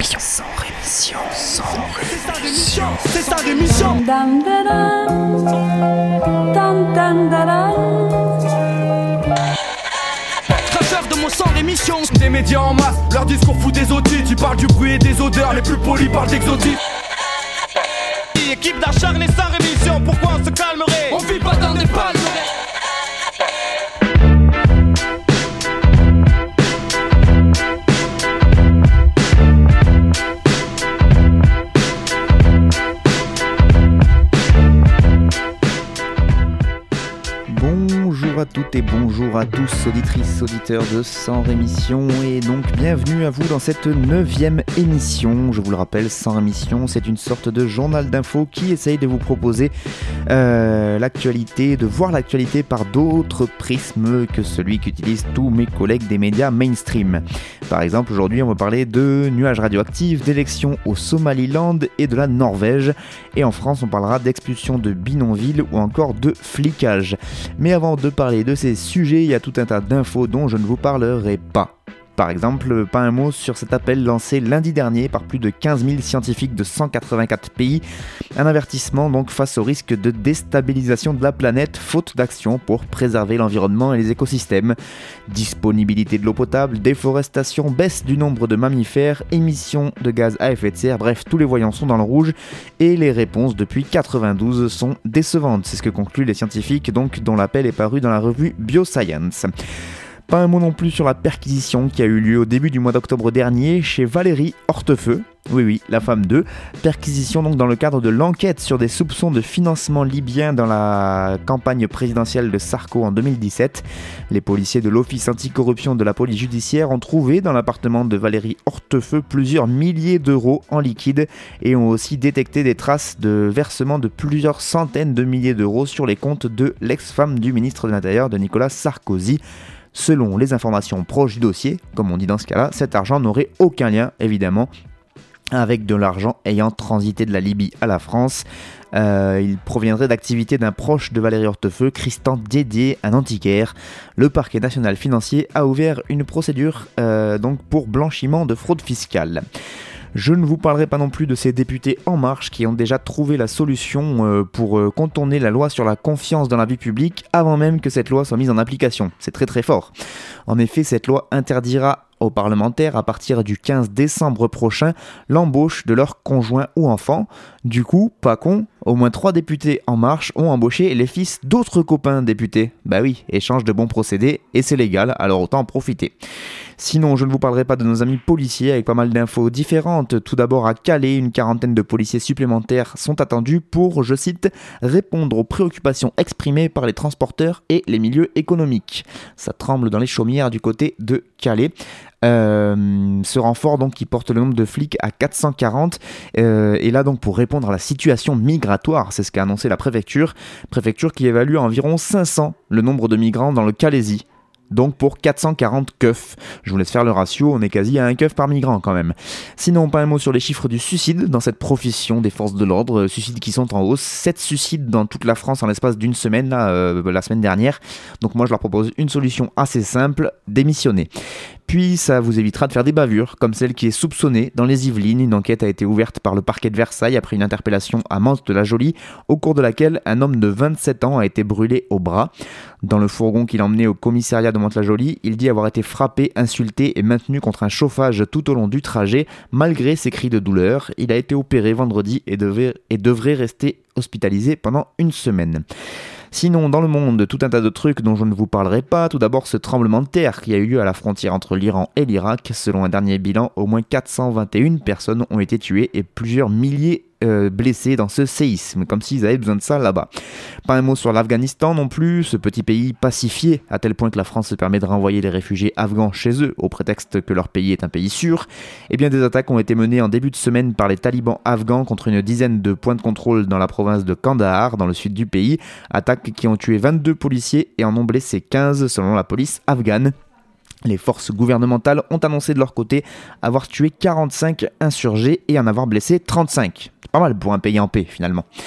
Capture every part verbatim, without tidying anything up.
rémission. Sans rémission. Sans rémission. C'est sa rémission. Dam da dam, dam dam da dam. Cracheur de mon sang rémission. Des médias en masse, leur discours fout des audits. Tu parles du bruit et des odeurs, les plus polis parlent d'exotiques. Équipe d'acharnés sans rémission, pourquoi on se calmerait? On vit pas dans des palmeraies. Bonjour à toutes et bonjour à tous, auditrices, auditeurs de Sans Rémission, et donc bienvenue à vous dans cette neuvième émission. Je vous le rappelle, Sans Rémission, c'est une sorte de journal d'infos qui essaye de vous proposer euh, l'actualité, de voir l'actualité par d'autres prismes que celui qu'utilisent tous mes collègues des médias mainstream. Par exemple, aujourd'hui, on va parler de nuages radioactifs, d'élections au Somaliland et de la Norvège, et en France, on parlera d'expulsion de bidonvilles ou encore de flicage. Mais avant de parler de ces sujets, il y a tout un tas d'infos dont je ne vous parlerai pas. Par exemple, pas un mot sur cet appel lancé lundi dernier par plus de quinze mille scientifiques de cent quatre-vingt-quatre pays. Un avertissement donc face au risque de déstabilisation de la planète, faute d'action pour préserver l'environnement et les écosystèmes. Disponibilité de l'eau potable, déforestation, baisse du nombre de mammifères, émissions de gaz à effet de serre, bref, tous les voyants sont dans le rouge et les réponses depuis quatre-vingt-douze sont décevantes. C'est ce que concluent les scientifiques, donc, dont l'appel est paru dans la revue Bioscience. Pas un mot non plus sur la perquisition qui a eu lieu au début du mois d'octobre dernier chez Valérie Hortefeux. Oui, oui, la femme d'eux. Perquisition donc dans le cadre de l'enquête sur des soupçons de financement libyen dans la campagne présidentielle de Sarko en deux mille dix-sept. Les policiers de l'Office anticorruption de la police judiciaire ont trouvé dans l'appartement de Valérie Hortefeux plusieurs milliers d'euros en liquide et ont aussi détecté des traces de versement de plusieurs centaines de milliers d'euros sur les comptes de l'ex-femme du ministre de l'Intérieur de Nicolas Sarkozy. Selon les informations proches du dossier, comme on dit dans ce cas-là, cet argent n'aurait aucun lien, évidemment, avec de l'argent ayant transité de la Libye à la France. Euh, il proviendrait d'activités d'un proche de Valérie Hortefeux, Christian Didier, un antiquaire. Le parquet national financier a ouvert une procédure euh, donc pour blanchiment de fraude fiscale. Je ne vous parlerai pas non plus de ces députés En Marche qui ont déjà trouvé la solution pour contourner la loi sur la confiance dans la vie publique avant même que cette loi soit mise en application. C'est très très fort. En effet, cette loi interdira aux parlementaires à partir du quinze décembre prochain l'embauche de leurs conjoints ou enfants. Du coup, pas con, au moins trois députés En Marche ont embauché les fils d'autres copains députés. Bah oui, échange de bons procédés et c'est légal, alors autant en profiter. Sinon, je ne vous parlerai pas de nos amis policiers avec pas mal d'infos différentes. Tout d'abord, à Calais, une quarantaine de policiers supplémentaires sont attendus pour, je cite, répondre aux préoccupations exprimées par les transporteurs et les milieux économiques. Ça tremble dans les chaumières du côté de Calais. Euh, ce renfort donc qui porte le nombre de flics à quatre cent quarante euh, est là donc pour répondre à la situation migratoire, c'est ce qu'a annoncé la préfecture, préfecture qui évalue à environ cinq cents le nombre de migrants dans le Calaisis. Donc pour quatre cent quarante keufs. Je vous laisse faire le ratio, on est quasi à un keuf par migrant quand même. Sinon, pas un mot sur les chiffres du suicide dans cette profession des forces de l'ordre. Suicides qui sont en hausse. sept suicides dans toute la France en l'espace d'une semaine, là, euh, la semaine dernière. Donc moi je leur propose une solution assez simple, démissionner. Puis ça vous évitera de faire des bavures, comme celle qui est soupçonnée dans les Yvelines. Une enquête a été ouverte par le parquet de Versailles après une interpellation à Mantes-de-la-Jolie, au cours de laquelle un homme de vingt-sept ans a été brûlé au bras. Dans le fourgon qu'il emmenait au commissariat de Mantes-la-Jolie, il dit avoir été frappé, insulté et maintenu contre un chauffage tout au long du trajet, malgré ses cris de douleur. Il a été opéré vendredi et, devait, et devrait rester hospitalisé pendant une semaine. Sinon, dans le monde, tout un tas de trucs dont je ne vous parlerai pas. Tout d'abord, ce tremblement de terre qui a eu lieu à la frontière entre l'Iran et l'Irak. Selon un dernier bilan, au moins quatre cent vingt et une personnes ont été tuées et plusieurs milliers Euh, blessés dans ce séisme, comme s'ils avaient besoin de ça là-bas. Pas un mot sur l'Afghanistan non plus, ce petit pays pacifié, à tel point que la France se permet de renvoyer les réfugiés afghans chez eux, au prétexte que leur pays est un pays sûr. Eh bien, des attaques ont été menées en début de semaine par les talibans afghans contre une dizaine de points de contrôle dans la province de Kandahar, dans le sud du pays. Attaques qui ont tué vingt-deux policiers et en ont blessé quinze selon la police afghane. Les forces gouvernementales ont annoncé de leur côté avoir tué quarante-cinq insurgés et en avoir blessé trente-cinq. C'est pas mal pour un pays en paix finalement.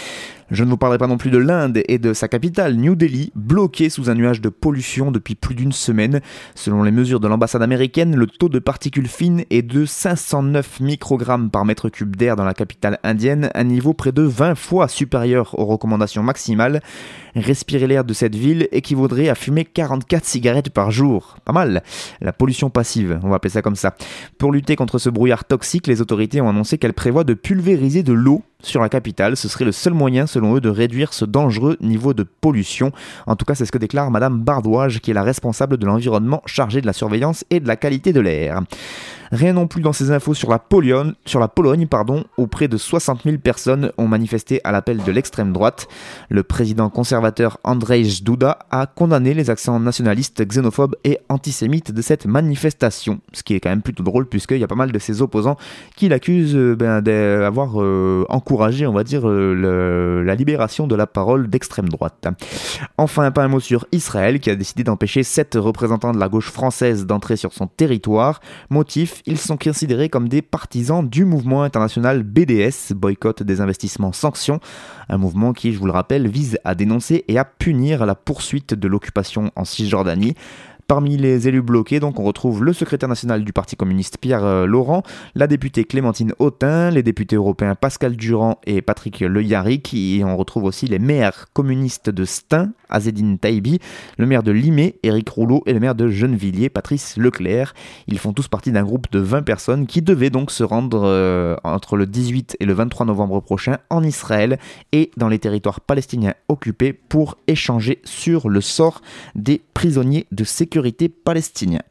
Je ne vous parlerai pas non plus de l'Inde et de sa capitale, New Delhi, bloquée sous un nuage de pollution depuis plus d'une semaine. Selon les mesures de l'ambassade américaine, le taux de particules fines est de cinq cent neuf microgrammes par mètre cube d'air dans la capitale indienne, un niveau près de vingt fois supérieur aux recommandations maximales. Respirer l'air de cette ville équivaudrait à fumer quarante-quatre cigarettes par jour. Pas mal. La pollution passive, on va appeler ça comme ça. Pour lutter contre ce brouillard toxique, les autorités ont annoncé qu'elles prévoient de pulvériser de l'eau sur la capitale. Ce serait le seul moyen, selon eux, de réduire ce dangereux niveau de pollution. En tout cas, c'est ce que déclare Madame Bardouage, qui est la responsable de l'environnement chargée de la surveillance et de la qualité de l'air. Rien non plus dans ces infos sur la Pologne, sur la Pologne pardon, où près de soixante mille personnes ont manifesté à l'appel de l'extrême droite. Le président conservateur Andrzej Duda a condamné les accents nationalistes, xénophobes et antisémites de cette manifestation. Ce qui est quand même plutôt drôle, puisqu'il y a pas mal de ses opposants qui l'accusent euh, ben, d'avoir euh, encouragé, on va dire, euh, le, la libération de la parole d'extrême droite. Enfin, pas un mot sur Israël, qui a décidé d'empêcher sept représentants de la gauche française d'entrer sur son territoire. Motif: ils sont considérés comme des partisans du mouvement international B D S, boycott des investissements sanctions, un mouvement qui, je vous le rappelle, vise à dénoncer et à punir la poursuite de l'occupation en Cisjordanie. Parmi les élus bloqués, donc, on retrouve le secrétaire national du Parti communiste Pierre euh, Laurent, la députée Clémentine Autain, les députés européens Pascal Durand et Patrick Le Yarrick, et on retrouve aussi les maires communistes de Stein, Azzedine Taibi, le maire de Limay, Éric Rouleau, et le maire de Gennevilliers, Patrice Leclerc. Ils font tous partie d'un groupe de vingt personnes qui devaient donc se rendre euh, entre le dix-huit et le vingt-trois novembre prochain en Israël et dans les territoires palestiniens occupés pour échanger sur le sort des prisonniers de sécurité palestiniens.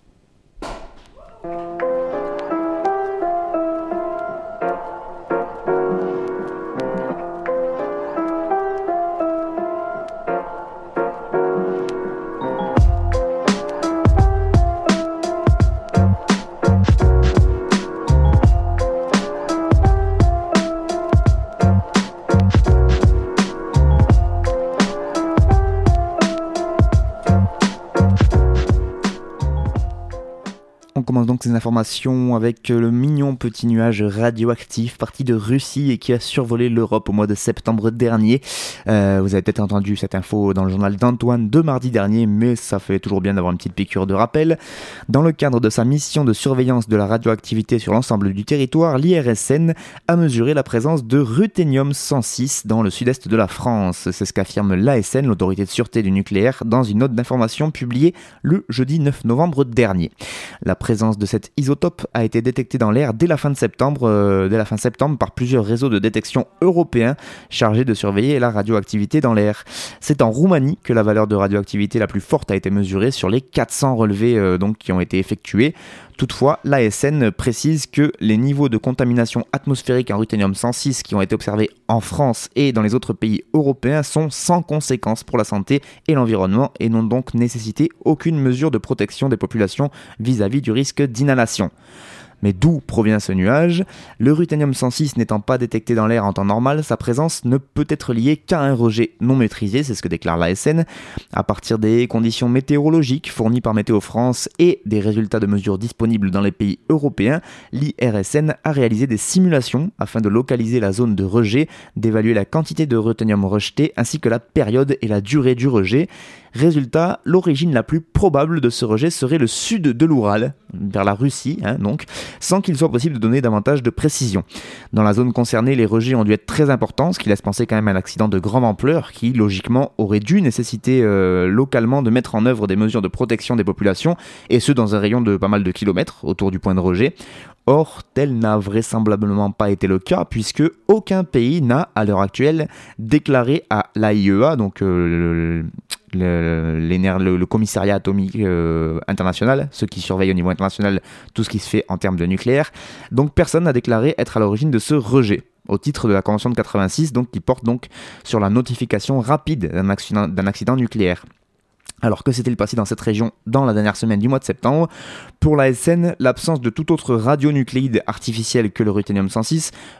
On commence donc ces informations avec le mignon petit nuage radioactif parti de Russie et qui a survolé l'Europe au mois de septembre dernier. Euh, vous avez peut-être entendu cette info dans le journal d'Antoine de mardi dernier, mais ça fait toujours bien d'avoir une petite piqûre de rappel. Dans le cadre de sa mission de surveillance de la radioactivité sur l'ensemble du territoire, l'I R S N a mesuré la présence de ruthénium cent six dans le sud-est de la France. C'est ce qu'affirme l'A S N, l'autorité de sûreté du nucléaire, dans une note d'information publiée le jeudi neuf novembre dernier. La La présence de cet isotope a été détectée dans l'air dès la fin de septembre, euh, dès la fin septembre par plusieurs réseaux de détection européens chargés de surveiller la radioactivité dans l'air. C'est en Roumanie que la valeur de radioactivité la plus forte a été mesurée sur les quatre cents relevés euh, donc, qui ont été effectués. Toutefois, l'A S N précise que les niveaux de contamination atmosphérique en ruthénium cent six qui ont été observés en France et dans les autres pays européens sont sans conséquence pour la santé et l'environnement et n'ont donc nécessité aucune mesure de protection des populations vis-à-vis du risque d'inhalation. Mais d'où provient ce nuage ? Le ruthénium cent six n'étant pas détecté dans l'air en temps normal, sa présence ne peut être liée qu'à un rejet non maîtrisé, c'est ce que déclare l'A S N. À partir des conditions météorologiques fournies par Météo France et des résultats de mesures disponibles dans les pays européens, l'I R S N a réalisé des simulations afin de localiser la zone de rejet, d'évaluer la quantité de ruthénium rejeté ainsi que la période et la durée du rejet. Résultat, l'origine la plus probable de ce rejet serait le sud de l'Oural, vers la Russie, hein, donc, sans qu'il soit possible de donner davantage de précision. Dans la zone concernée, les rejets ont dû être très importants, ce qui laisse penser quand même à un accident de grande ampleur qui, logiquement, aurait dû nécessiter euh, localement de mettre en œuvre des mesures de protection des populations, et ce dans un rayon de pas mal de kilomètres autour du point de rejet. Or, tel n'a vraisemblablement pas été le cas, puisque aucun pays n'a, à l'heure actuelle, déclaré à l'A I E A, donc euh, le, le, le, le commissariat atomique euh, international, ceux qui surveillent au niveau international tout ce qui se fait en termes de nucléaire. Donc personne n'a déclaré être à l'origine de ce rejet, au titre de la Convention de quatre-vingt-six, donc, qui porte donc sur la notification rapide d'un accident, d'un accident nucléaire. Alors que s'est-il passé dans cette région dans la dernière semaine du mois de septembre ? Pour l'A S N, l'absence de tout autre radionucléide artificiel que le ruthénium cent six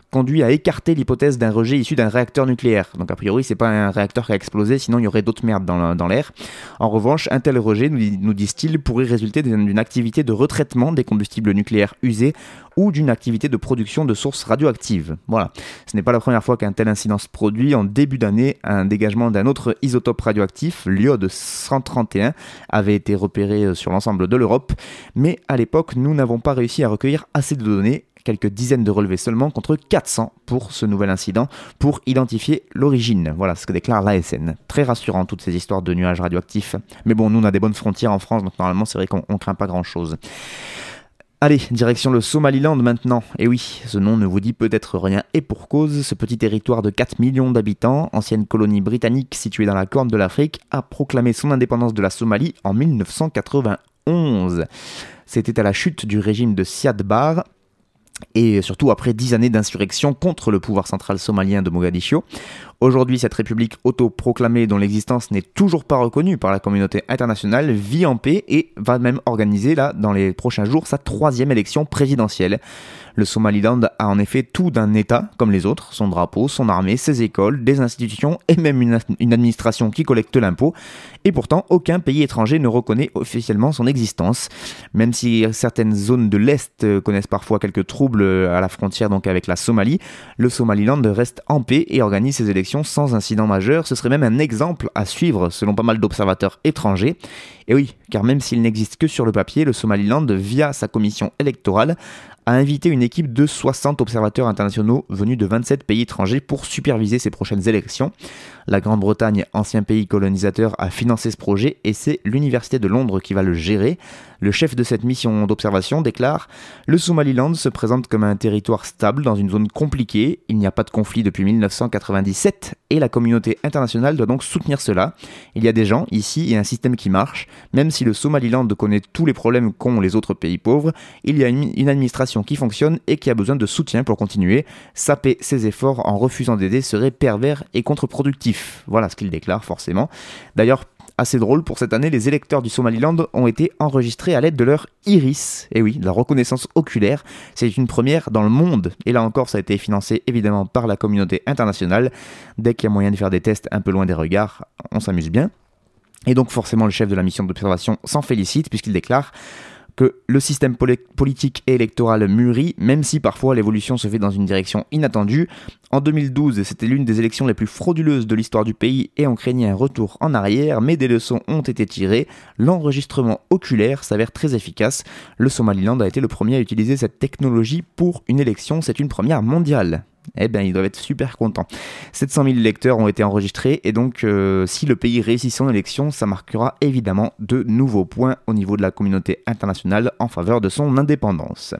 conduit à écarter l'hypothèse d'un rejet issu d'un réacteur nucléaire. Donc a priori, c'est pas un réacteur qui a explosé, sinon il y aurait d'autres merdes dans, dans l'air. En revanche, un tel rejet, nous, nous disent-ils, pourrait résulter d'une activité de retraitement des combustibles nucléaires usés ou d'une activité de production de sources radioactives. Voilà. Ce n'est pas la première fois qu'un tel incident se produit. En début d'année, un dégagement d'un autre isotope radioactif, l'iode cent trente et un, avait été repéré sur l'ensemble de l'Europe. Mais à l'époque, nous n'avons pas réussi à recueillir assez de données, quelques dizaines de relevés seulement, contre quatre cents pour ce nouvel incident, pour identifier l'origine. Voilà ce que déclare l'A S N. Très rassurant, toutes ces histoires de nuages radioactifs. Mais bon, nous, on a des bonnes frontières en France, donc normalement, c'est vrai qu'on ne craint pas grand-chose. Allez, direction le Somaliland maintenant. Et oui, ce nom ne vous dit peut-être rien, et pour cause, ce petit territoire de quatre millions d'habitants, ancienne colonie britannique située dans la Corne de l'Afrique, a proclamé son indépendance de la Somalie en dix-neuf cent quatre-vingt-onze. C'était à la chute du régime de Siad Barre, et surtout après dix années d'insurrection contre le pouvoir central somalien de Mogadiscio. Aujourd'hui, cette république autoproclamée dont l'existence n'est toujours pas reconnue par la communauté internationale vit en paix et va même organiser là, dans les prochains jours sa troisième élection présidentielle. Le Somaliland a en effet tout d'un État comme les autres, son drapeau, son armée, ses écoles, des institutions et même une, une administration qui collecte l'impôt. Et pourtant, aucun pays étranger ne reconnaît officiellement son existence. Même si certaines zones de l'Est connaissent parfois quelques troubles à la frontière donc avec la Somalie, le Somaliland reste en paix et organise ses élections sans incident majeur. Ce serait même un exemple à suivre selon pas mal d'observateurs étrangers. Et oui, car même s'il n'existe que sur le papier, le Somaliland, via sa commission électorale, a invité une équipe de soixante observateurs internationaux venus de vingt-sept pays étrangers pour superviser ces prochaines élections. La Grande-Bretagne, ancien pays colonisateur, a financé ce projet et c'est l'Université de Londres qui va le gérer. Le chef de cette mission d'observation déclare « Le Somaliland se présente comme un territoire stable dans une zone compliquée. Il n'y a pas de conflit depuis dix-neuf cent quatre-vingt-dix-sept et la communauté internationale doit donc soutenir cela. Il y a des gens ici et un système qui marche. Même si le Somaliland connaît tous les problèmes qu'ont les autres pays pauvres, il y a une, une administration qui fonctionne et qui a besoin de soutien pour continuer. Saper ses efforts en refusant d'aider serait pervers et contre-productif. » Voilà ce qu'il déclare forcément. D'ailleurs, assez drôle, pour cette année, les électeurs du Somaliland ont été enregistrés à l'aide de leur iris. Et oui, la reconnaissance oculaire, c'est une première dans le monde. Et là encore, ça a été financé évidemment par la communauté internationale. Dès qu'il y a moyen de faire des tests un peu loin des regards, on s'amuse bien. Et donc forcément, le chef de la mission d'observation s'en félicite puisqu'il déclare que le système poli- politique et électoral mûrit, même si parfois l'évolution se fait dans une direction inattendue. En deux mille douze, c'était l'une des élections les plus frauduleuses de l'histoire du pays et on craignait un retour en arrière, mais des leçons ont été tirées. L'enregistrement oculaire s'avère très efficace. Le Somaliland a été le premier à utiliser cette technologie pour une élection, c'est une première mondiale. Eh bien, ils doivent être super contents. sept cent mille électeurs ont été enregistrés et donc euh, si le pays réussit son élection, ça marquera évidemment de nouveaux points au niveau de la communauté internationale en faveur de son indépendance.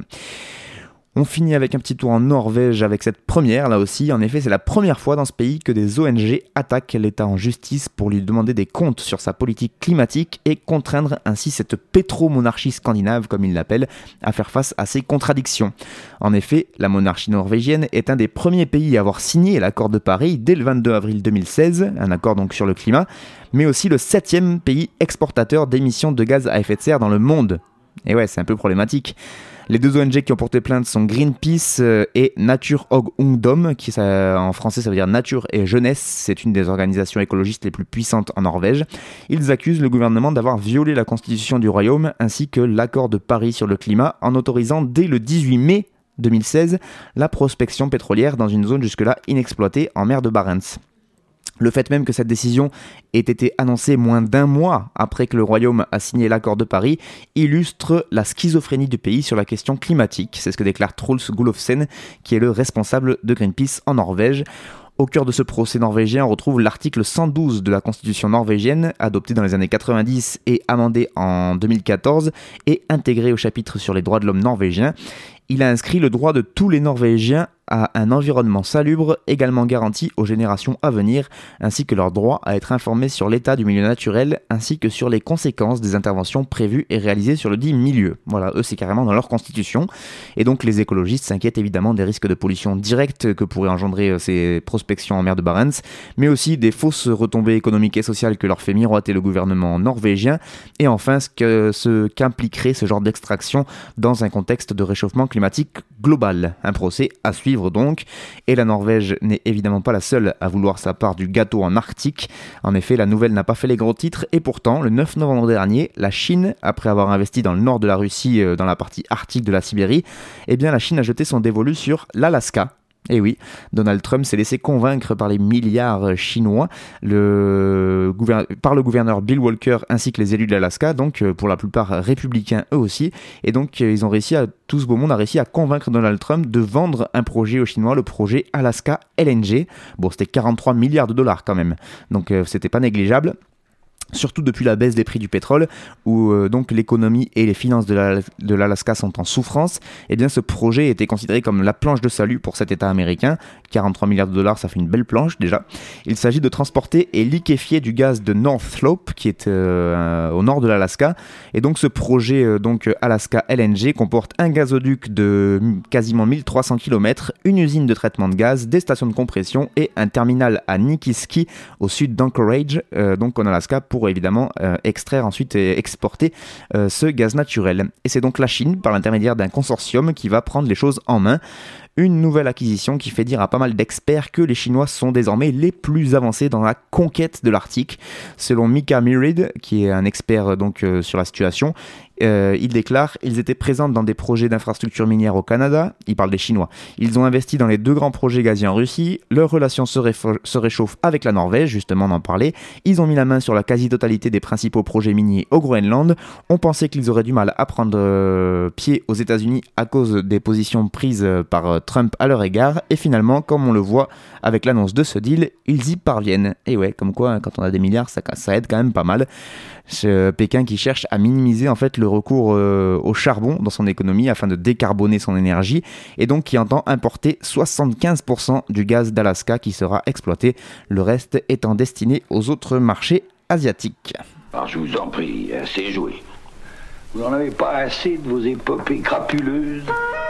On finit avec un petit tour en Norvège avec cette première, là aussi. En effet, c'est la première fois dans ce pays que des O N G attaquent l'État en justice pour lui demander des comptes sur sa politique climatique et contraindre ainsi cette pétromonarchie scandinave, comme ils l'appellent, à faire face à ses contradictions. En effet, la monarchie norvégienne est un des premiers pays à avoir signé l'accord de Paris dès le vingt-deux avril deux mille seize, un accord donc sur le climat, mais aussi le septième pays exportateur d'émissions de gaz à effet de serre dans le monde. Et ouais, c'est un peu problématique. Les deux O N G qui ont porté plainte sont Greenpeace et Natur og Ungdom, qui ça, en français ça veut dire Nature et Jeunesse. C'est une des organisations écologistes les plus puissantes en Norvège. Ils accusent le gouvernement d'avoir violé la constitution du royaume ainsi que l'accord de Paris sur le climat en autorisant dès le dix-huit mai deux mille seize la prospection pétrolière dans une zone jusque-là inexploitée en mer de Barents. Le fait même que cette décision ait été annoncée moins d'un mois après que le Royaume a signé l'accord de Paris illustre la schizophrénie du pays sur la question climatique. C'est ce que déclare Truls Gulowsen, qui est le responsable de Greenpeace en Norvège. Au cœur de ce procès norvégien, on retrouve l'article cent douze de la Constitution norvégienne, adopté dans les années quatre-vingt-dix et amendé en deux mille quatorze, et intégré au chapitre sur les droits de l'homme norvégien. Il a inscrit le droit de tous les Norvégiens à un environnement salubre, également garanti aux générations à venir, ainsi que leur droit à être informés sur l'état du milieu naturel, ainsi que sur les conséquences des interventions prévues et réalisées sur le dit milieu. Voilà, eux c'est carrément dans leur constitution. Et donc les écologistes s'inquiètent évidemment des risques de pollution directe que pourraient engendrer ces prospections en mer de Barents, mais aussi des fausses retombées économiques et sociales que leur fait miroiter le gouvernement norvégien, et enfin ce, que, ce qu'impliquerait ce genre d'extraction dans un contexte de réchauffement climatique climatique global. Un procès à suivre donc, et la Norvège n'est évidemment pas la seule à vouloir sa part du gâteau en Arctique. En effet, la nouvelle n'a pas fait les gros titres, et pourtant, le neuf novembre dernier, la Chine, après avoir investi dans le nord de la Russie, dans la partie arctique de la Sibérie, eh bien la Chine a jeté son dévolu sur l'Alaska. Et oui, Donald Trump s'est laissé convaincre par les milliards chinois le gouver- par le gouverneur Bill Walker ainsi que les élus de l'Alaska, donc pour la plupart républicains eux aussi, et donc ils ont réussi à, tout ce beau monde a réussi à convaincre Donald Trump de vendre un projet aux Chinois, le projet Alaska L N G. Bon, c'était quarante-trois milliards de dollars quand même, donc euh, c'était pas négligeable. Surtout depuis la baisse des prix du pétrole, où euh, donc l'économie et les finances de, la, de l'Alaska sont en souffrance, et bien ce projet était considéré comme la planche de salut pour cet État américain. quarante-trois milliards de dollars, ça fait une belle planche déjà. Il s'agit de transporter et liquéfier du gaz de North Slope, qui est euh, au nord de l'Alaska, et donc ce projet euh, donc Alaska L N G comporte un gazoduc de quasiment mille trois cents kilomètres, une usine de traitement de gaz, des stations de compression et un terminal à Nikiski, au sud d'Anchorage, euh, donc en Alaska, pour évidemment euh, extraire ensuite et exporter euh, ce gaz naturel. Et c'est donc la Chine, par l'intermédiaire d'un consortium, qui va prendre les choses en main. Une nouvelle acquisition qui fait dire à pas mal d'experts que les Chinois sont désormais les plus avancés dans la conquête de l'Arctique. Selon Mika Mirid, qui est un expert donc euh, sur la situation, euh, il déclare « Ils étaient présents dans des projets d'infrastructures minières au Canada », il parle des Chinois. Ils ont investi dans les deux grands projets gaziers en Russie, leur relation se, réf- se réchauffe avec la Norvège, justement on en parlait, ils ont mis la main sur la quasi-totalité des principaux projets miniers au Groenland, on pensait qu'ils auraient du mal à prendre euh, pied aux États-Unis à cause des positions prises euh, par euh, Trump à leur égard, et finalement, comme on le voit avec l'annonce de ce deal, ils y parviennent. Et ouais, comme quoi, quand on a des milliards, ça, ça aide quand même pas mal. Ce Pékin qui cherche à minimiser en fait le recours euh, au charbon dans son économie afin de décarboner son énergie, et donc qui entend importer soixante-quinze pour cent du gaz d'Alaska qui sera exploité, le reste étant destiné aux autres marchés asiatiques. Alors je vous en prie, assez joué. Vous n'en avez pas assez de vos épopées crapuleuses?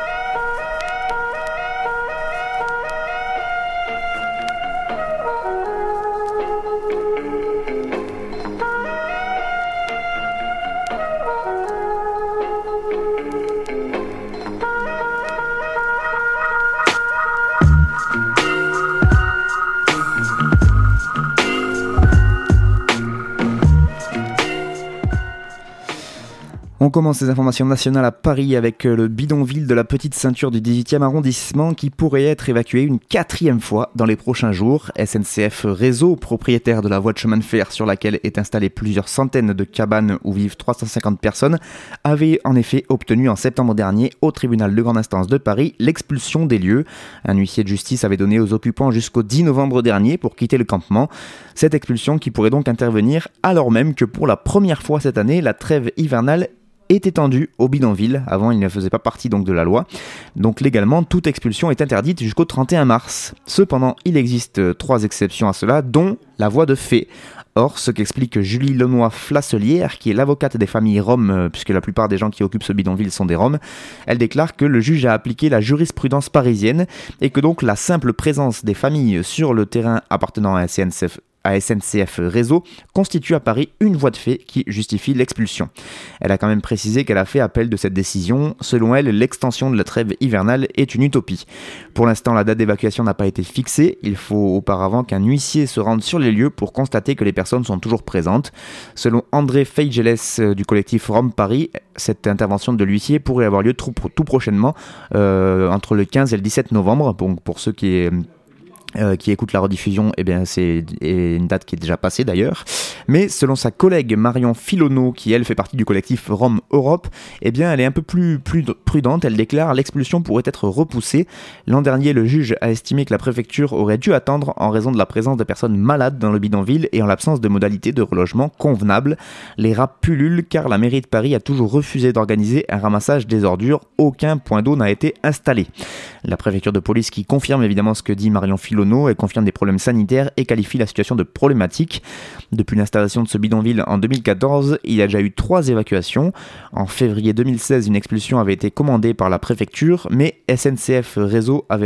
On commence ces informations nationales à Paris avec le bidonville de la petite ceinture du dix-huitième arrondissement qui pourrait être évacué une quatrième fois dans les prochains jours. S N C F Réseau, propriétaire de la voie de chemin de fer sur laquelle est installée plusieurs centaines de cabanes où vivent trois cent cinquante personnes, avait en effet obtenu en septembre dernier au tribunal de grande instance de Paris l'expulsion des lieux. Un huissier de justice avait donné aux occupants jusqu'au dix novembre dernier pour quitter le campement. Cette expulsion qui pourrait donc intervenir alors même que pour la première fois cette année, la trêve hivernale est étendu au bidonville. Avant, il ne faisait pas partie donc de la loi. Donc légalement, toute expulsion est interdite jusqu'au trente et un mars. Cependant, il existe trois exceptions à cela, dont la voie de fait. Or, ce qu'explique Julie Lenoir-Flasselière, qui est l'avocate des familles roms, puisque la plupart des gens qui occupent ce bidonville sont des roms, elle déclare que le juge a appliqué la jurisprudence parisienne et que donc la simple présence des familles sur le terrain appartenant à S N C F à S N C F Réseau constitue à Paris une voie de fait qui justifie l'expulsion. Elle a quand même précisé qu'elle a fait appel de cette décision. Selon elle, l'extension de la trêve hivernale est une utopie. Pour l'instant, la date d'évacuation n'a pas été fixée. Il faut auparavant qu'un huissier se rende sur les lieux pour constater que les personnes sont toujours présentes. Selon André Feigeles du collectif Rome Paris, cette intervention de l'huissier pourrait avoir lieu tout, tout prochainement, euh, entre le quinze et le dix-sept novembre. Donc pour ceux qui... Euh, qui écoute la rediffusion, eh bien c'est une date qui est déjà passée d'ailleurs. Mais selon sa collègue Marion Filonneau, qui elle fait partie du collectif Rome Europe, eh bien elle est un peu plus, plus prudente. Elle déclare l'expulsion pourrait être repoussée. L'an dernier, le juge a estimé que la préfecture aurait dû attendre en raison de la présence de personnes malades dans le bidonville et en l'absence de modalités de relogement convenables. Les rats pullulent car la mairie de Paris a toujours refusé d'organiser un ramassage des ordures. Aucun point d'eau n'a été installé. La préfecture de police qui confirme évidemment ce que dit Marion Filonneau. Elle confirme des problèmes sanitaires et qualifie la situation de problématique. Depuis l'installation de ce bidonville en deux mille quatorze, il y a déjà eu trois évacuations. En février deux mille seize, une expulsion avait été commandée par la préfecture, mais S N C F Réseau avait fait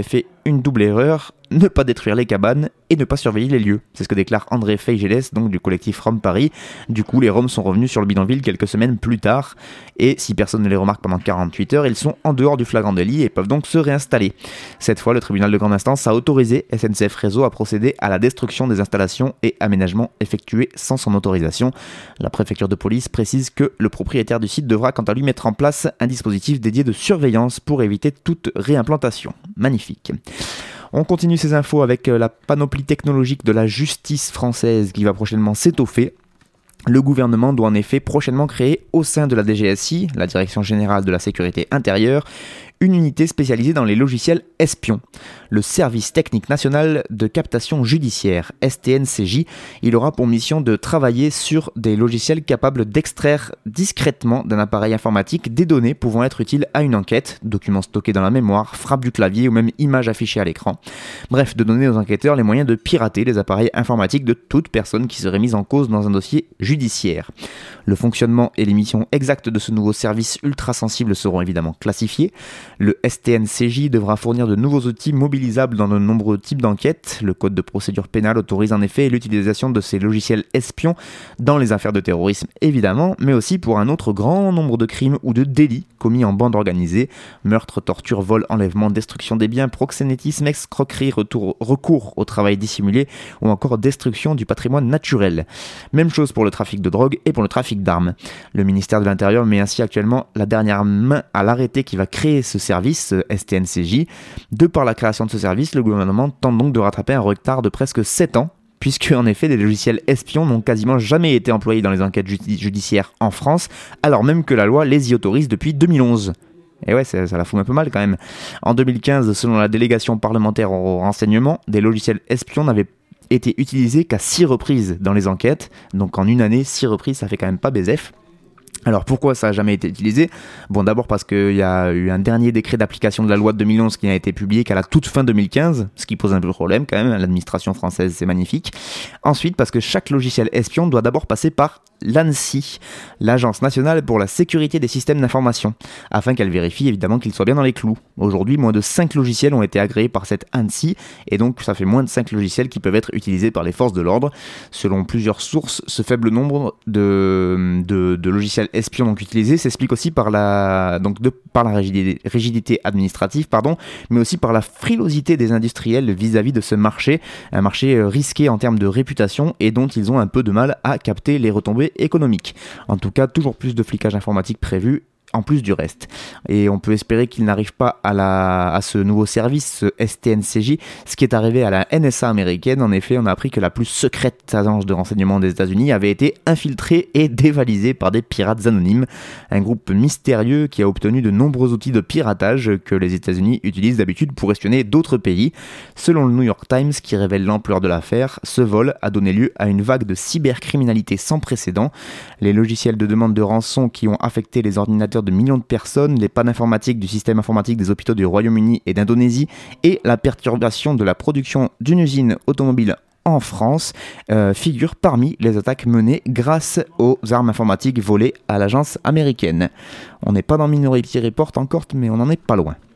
une double erreur, ne pas détruire les cabanes et ne pas surveiller les lieux. C'est ce que déclare André Feigeles, donc du collectif Rome Paris. Du coup, les Roms sont revenus sur le bidonville quelques semaines plus tard, et si personne ne les remarque pendant quarante-huit heures, ils sont en dehors du flagrant délit et peuvent donc se réinstaller. Cette fois, le tribunal de grande instance a autorisé S N C F Réseau à procéder à la destruction des installations et aménagements effectués sans son autorisation. La préfecture de police précise que le propriétaire du site devra quant à lui mettre en place un dispositif dédié de surveillance pour éviter toute réimplantation. Magnifique. On continue ces infos avec la panoplie technologique de la justice française qui va prochainement s'étoffer. Le gouvernement doit en effet prochainement créer au sein de la D G S I, la Direction Générale de la Sécurité Intérieure, une unité spécialisée dans les logiciels espions. Le Service Technique National de Captation Judiciaire, S T N C J, il aura pour mission de travailler sur des logiciels capables d'extraire discrètement d'un appareil informatique des données pouvant être utiles à une enquête, documents stockés dans la mémoire, frappe du clavier ou même images affichées à l'écran. Bref, de donner aux enquêteurs les moyens de pirater les appareils informatiques de toute personne qui serait mise en cause dans un dossier judiciaire. Le fonctionnement et les missions exactes de ce nouveau service ultra sensible seront évidemment classifiés. Le S T N C J devra fournir de nouveaux outils mobilisables dans de nombreux types d'enquêtes. Le code de procédure pénale autorise en effet l'utilisation de ces logiciels espions dans les affaires de terrorisme évidemment, mais aussi pour un autre grand nombre de crimes ou de délits commis en bande organisée. Meurtre, torture, vol, enlèvement, destruction des biens, proxénétisme, escroquerie, retour, recours au travail dissimulé ou encore destruction du patrimoine naturel. Même chose pour le trafic de drogue et pour le trafic d'armes. Le ministère de l'Intérieur met ainsi actuellement la dernière main à l'arrêté qui va créer ce service S T N C J. De par la création de ce service, le gouvernement tente donc de rattraper un retard de presque sept ans, puisque en effet des logiciels espions n'ont quasiment jamais été employés dans les enquêtes judi- judiciaires en France, alors même que la loi les y autorise depuis deux mille onze. Et ouais, ça, ça la fout un peu mal quand même. En deux mille quinze, selon la délégation parlementaire au renseignement, des logiciels espions n'avaient été utilisés qu'à six reprises dans les enquêtes, donc en une année, six reprises, ça fait quand même pas baisef. Alors pourquoi ça n'a jamais été utilisé ? Bon, d'abord parce qu'il y a eu un dernier décret d'application de la loi de deux mille onze qui n'a été publié qu'à la toute fin deux mille quinze, ce qui pose un peu de problème quand même, l'administration française c'est magnifique. Ensuite parce que chaque logiciel espion doit d'abord passer par l'ANSSI, l'Agence nationale pour la sécurité des systèmes d'information, afin qu'elle vérifie évidemment qu'ils soient bien dans les clous. Aujourd'hui, moins de cinq logiciels ont été agréés par cette ANSSI, et donc ça fait moins de cinq logiciels qui peuvent être utilisés par les forces de l'ordre. Selon plusieurs sources, ce faible nombre de, de, de logiciels espions donc utilisés s'explique aussi par la, donc de, par la rigidité, rigidité administrative, pardon, mais aussi par la frilosité des industriels vis-à-vis de ce marché, un marché risqué en termes de réputation et dont ils ont un peu de mal à capter les retombées économiques. En tout cas, toujours plus de flicage informatique prévu en plus du reste. Et on peut espérer qu'il n'arrive pas à, la, à ce nouveau service, ce S T N C J, ce qui est arrivé à la N S A américaine. En effet, on a appris que la plus secrète agence de renseignement des États-Unis avait été infiltrée et dévalisée par des pirates anonymes, un groupe mystérieux qui a obtenu de nombreux outils de piratage que les États-Unis utilisent d'habitude pour espionner d'autres pays. Selon le New York Times, qui révèle l'ampleur de l'affaire, ce vol a donné lieu à une vague de cybercriminalité sans précédent. Les logiciels de demande de rançon qui ont affecté les ordinateurs de millions de personnes, les pannes informatiques du système informatique des hôpitaux du Royaume-Uni et d'Indonésie et la perturbation de la production d'une usine automobile en France euh, figurent parmi les attaques menées grâce aux armes informatiques volées à l'agence américaine. On n'est pas dans Minority Report encore, mais on n'en est pas loin.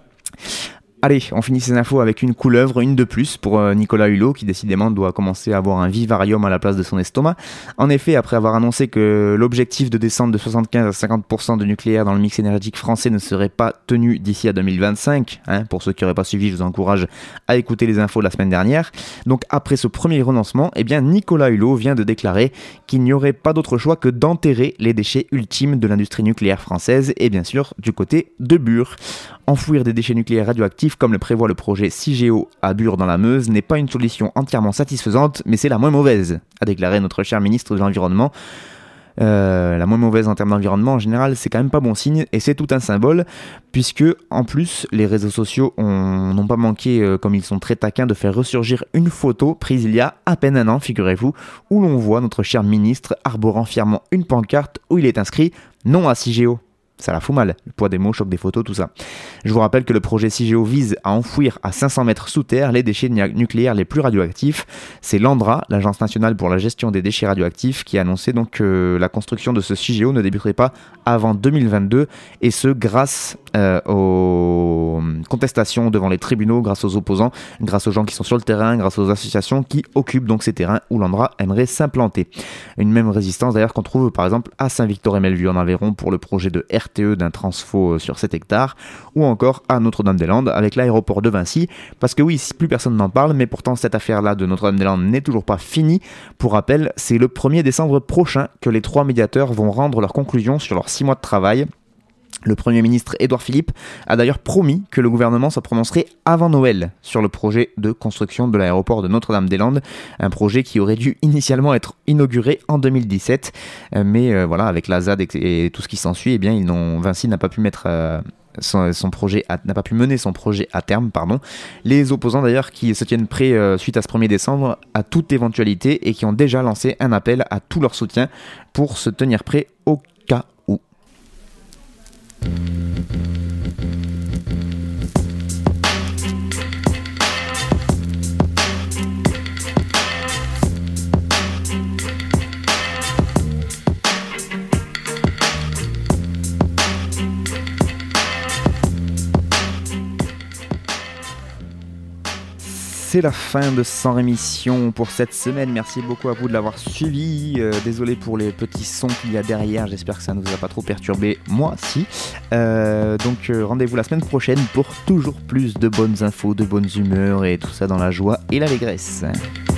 Allez, on finit ces infos avec une couleuvre, une de plus pour euh, Nicolas Hulot qui décidément doit commencer à avoir un vivarium à la place de son estomac. En effet, après avoir annoncé que l'objectif de descente de soixante-quinze à cinquante pour cent de nucléaire dans le mix énergétique français ne serait pas tenu d'ici à deux mille vingt-cinq, hein, pour ceux qui n'auraient pas suivi, je vous encourage à écouter les infos de la semaine dernière. Donc après ce premier renoncement, eh bien Nicolas Hulot vient de déclarer qu'il n'y aurait pas d'autre choix que d'enterrer les déchets ultimes de l'industrie nucléaire française et bien sûr du côté de Bure. Enfouir des déchets nucléaires radioactifs comme le prévoit le projet Cigéo à Bure dans la Meuse n'est pas une solution entièrement satisfaisante, mais c'est la moins mauvaise, a déclaré notre cher ministre de l'Environnement. Euh, la moins mauvaise en termes d'environnement en général, c'est quand même pas bon signe et c'est tout un symbole, puisque en plus les réseaux sociaux ont, n'ont pas manqué, euh, comme ils sont très taquins, de faire ressurgir une photo prise il y a à peine un an, figurez-vous, où l'on voit notre cher ministre arborant fièrement une pancarte où il est inscrit « Non à Cigéo ». Ça la fout mal, le poids des mots, choc des photos, tout ça. Je vous rappelle que le projet CIGEO vise à enfouir à cinq cents mètres sous terre les déchets nucléaires les plus radioactifs. C'est l'ANDRA, l'Agence nationale pour la gestion des déchets radioactifs, qui a annoncé donc que la construction de ce CIGEO ne débuterait pas avant deux mille vingt-deux, et ce grâce euh, aux contestations devant les tribunaux, grâce aux opposants, grâce aux gens qui sont sur le terrain, grâce aux associations qui occupent donc ces terrains où l'ANDRA aimerait s'implanter. Une même résistance d'ailleurs qu'on trouve par exemple à Saint-Victor-et-Melville en Aveyron pour le projet de R T E d'un transfo sur sept hectares, ou encore à Notre-Dame-des-Landes avec l'aéroport de Vincy, parce que oui, plus personne n'en parle, mais pourtant cette affaire-là de Notre-Dame-des-Landes n'est toujours pas finie. Pour rappel, c'est le premier décembre prochain que les trois médiateurs vont rendre leurs conclusions sur leurs six mois de travail. Le Premier ministre Édouard Philippe a d'ailleurs promis que le gouvernement se prononcerait avant Noël sur le projet de construction de l'aéroport de Notre-Dame-des-Landes, un projet qui aurait dû initialement être inauguré en deux mille dix-sept, mais euh, voilà, avec la Z A D et, et tout ce qui s'ensuit, eh bien, ils n'ont, Vinci n'a pas pu mettre euh, son, son projet à, n'a pas pu mener son projet à terme, pardon. Les opposants d'ailleurs qui se tiennent prêts euh, suite à ce premier décembre à toute éventualité et qui ont déjà lancé un appel à tout leur soutien pour se tenir prêts au cas où. C'est la fin de Sans Rémission pour cette semaine. Merci beaucoup à vous de l'avoir suivi. Euh, désolé pour les petits sons qu'il y a derrière. J'espère que ça ne vous a pas trop perturbé. Moi, si. Euh, donc, euh, rendez-vous la semaine prochaine pour toujours plus de bonnes infos, de bonnes humeurs et tout ça dans la joie et l'allégresse.